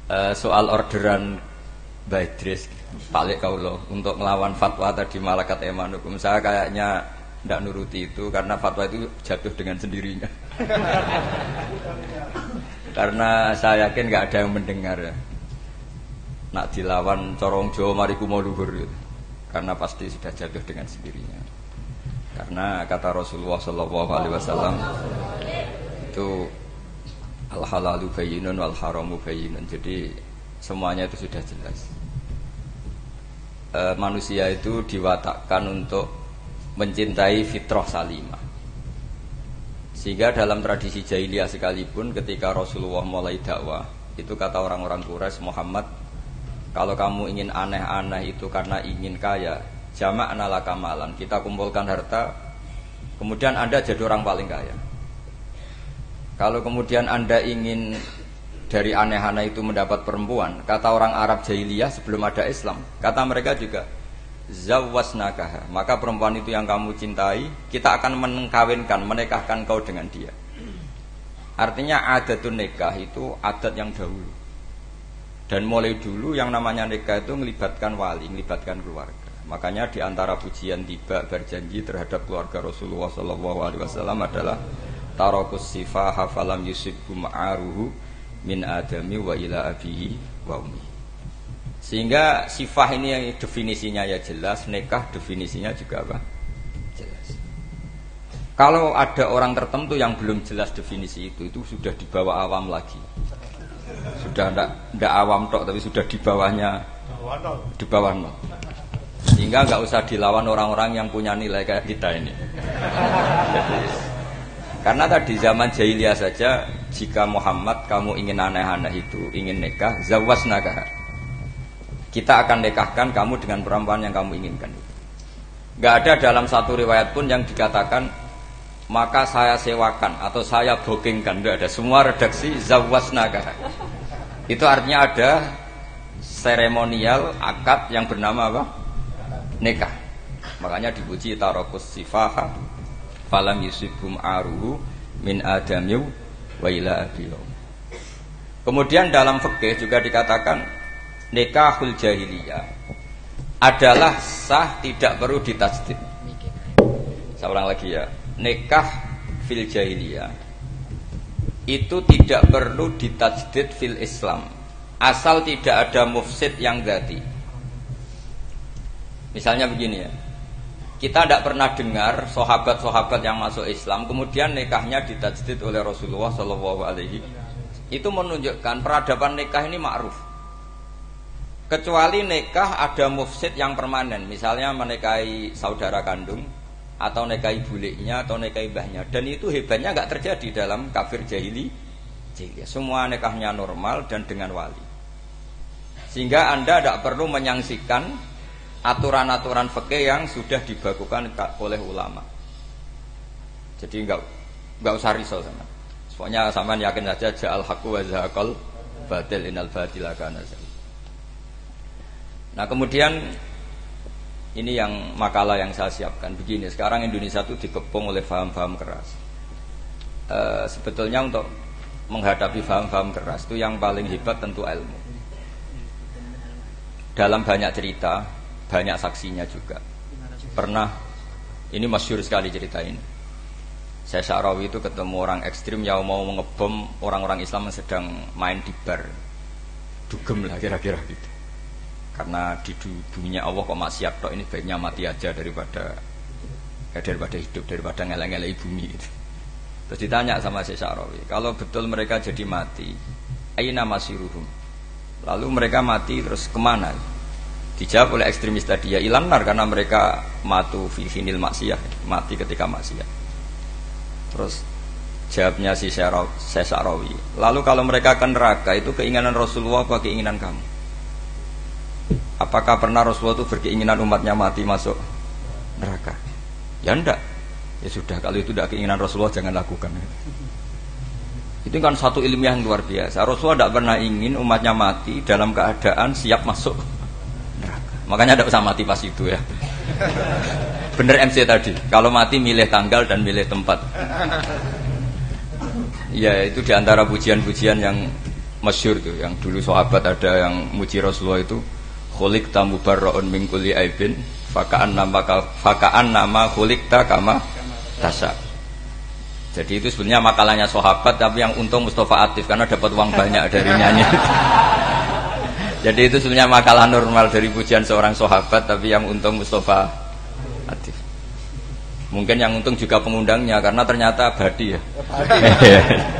soal orderan Mbak Idris Pak Lek Kaulo untuk melawan fatwa tadi Malakat Eman Hukum. Saya kayaknya tidak nuruti itu karena fatwa itu jatuh dengan sendirinya. Karena saya yakin nggak ada yang mendengar ya. Nak dilawan corong Jawa mari kumo luhur gitu. Karena pasti sudah jatuh dengan sendirinya. Karena kata Rasulullah Shallallahu Alaihi Wasallam itu al halalu bayyinun wal haramu bayyinun. Jadi semuanya itu sudah jelas. Manusia itu diwatakkan untuk mencintai fitrah salimah. Sehingga dalam tradisi jahiliyah sekalipun ketika Rasulullah mulai dakwah, itu kata orang-orang Quraisy, Muhammad, kalau kamu ingin aneh-aneh itu karena ingin kaya, jama'na laka malan, kita kumpulkan harta, kemudian Anda jadi orang paling kaya. Kalau kemudian Anda ingin dari aneh-aneh itu mendapat perempuan, kata orang Arab jahiliyah sebelum ada Islam, kata mereka juga zawwasnakaha, maka perempuan itu yang kamu cintai, kita akan mengkawinkan, menikahkan kau dengan dia. Artinya adatun nikah itu adat yang dahulu. Dan mulai dulu yang namanya nikah itu melibatkan wali, melibatkan keluarga. Makanya di antara pujian tiba berjanji terhadap keluarga Rasulullah SAW adalah tarakus sifaha falam yusibbu ma'aruhu min adami wa ila abihi wa ummi. Sehingga sifah ini yang definisinya ya jelas, nikah definisinya juga apa? Jelas. Kalau ada orang tertentu yang belum jelas definisi itu sudah di bawah awam lagi. Sudah tidak awam tok, tapi sudah di bawahnya, di bawah nol. Sehingga nggak usah dilawan orang-orang yang punya nilai kayak kita ini. Karena tadi zaman jahiliyah saja, jika Muhammad kamu ingin aneh-aneh itu, ingin nikah, zawwasnakaha, kita akan nikahkan kamu dengan perempuan yang kamu inginkan. Gak ada dalam satu riwayat pun yang dikatakan maka saya sewakan atau saya bookingkan, gak ada. Semua redaksi zawwasnakaha. Itu artinya ada seremonial akad yang bernama apa? Nikah. Makanya dipuji tarakus sifaha falam yusibhum aruhu min adamiu wa ila abiyo. Kemudian dalam fikih juga dikatakan nikahul jahiliyah adalah sah, tidak perlu ditajdid. Saya ulang lagi ya, nikah fil jahiliyah itu tidak perlu ditajdid fil Islam asal tidak ada mufsid yang dzati. Misalnya begini ya, kita tidak pernah dengar sahabat-sahabat yang masuk Islam kemudian nikahnya ditajdid oleh Rasulullah SAW. Itu menunjukkan peradaban nikah ini ma'ruf. Kecuali nikah ada mufsid yang permanen, misalnya menikahi saudara kandung atau nikahi buliknya atau nikahi mbahnya, dan itu hebatnya nggak terjadi dalam kafir jahiliyah. Semua nikahnya normal dan dengan wali. Sehingga Anda tidak perlu menyangsikan aturan-aturan fikih yang sudah dibakukan oleh ulama. Jadi enggak usah risau sama. Pokoknya sampean yakin saja ja'al haqqu wa zahaqal batil innal batila kana zahuqa. Nah, kemudian ini yang makalah yang saya siapkan begini. Sekarang Indonesia itu dikepung oleh paham-paham keras. Sebetulnya untuk menghadapi paham-paham keras itu yang paling hebat tentu ilmu. Dalam banyak cerita, banyak saksinya juga. Pernah, ini masyhur sekali cerita ini. Saya Sya'rawi itu ketemu orang ekstrim yang mau ngebom orang-orang Islam yang sedang main di bar. Dugem lah kira-kira gitu. Karena di dunia Allah kok maksiat tok, ini baiknya mati aja daripada hidup, daripada ngeleng-ngeleng bumi gitu. Terus ditanya sama Syekh Sya'rawi, kalau betul mereka jadi mati, aina masiruhum? Lalu mereka mati terus kemana? Dijawab oleh ekstremis tadi, ya ilanar, karena mereka matu fi hinil maksiyah, mati ketika maksiat. Terus jawabnya si Syekh Sya'rawi, lalu kalau mereka ke neraka itu keinginan Rasulullah apa keinginan kamu? Apakah pernah Rasulullah itu berkeinginan umatnya mati masuk neraka? Ya enggak. Ya sudah, kalau itu tidak keinginan Rasulullah jangan lakukan. Itu kan satu ilmiah yang luar biasa. Rasulullah tidak pernah ingin umatnya mati dalam keadaan siap masuk neraka. Makanya tidak usah mati pas itu ya. Bener MC tadi, kalau mati milih tanggal dan milih tempat. Ya itu diantara pujian-pujian yang masyhur tuh, yang dulu sahabat ada yang muji Rasulullah itu khuliqta mubarra'un min kulli aibin faka'an nama khuliqta kama tasha. Jadi itu sebenarnya makalahnya sahabat, tapi yang untung Mustafa Atif karena dapat uang banyak dari nyanyi. Jadi itu sebenarnya makalah normal dari pujian seorang sahabat, tapi yang untung Mustafa Atif. Mungkin yang untung juga pengundangnya karena ternyata abadi ya.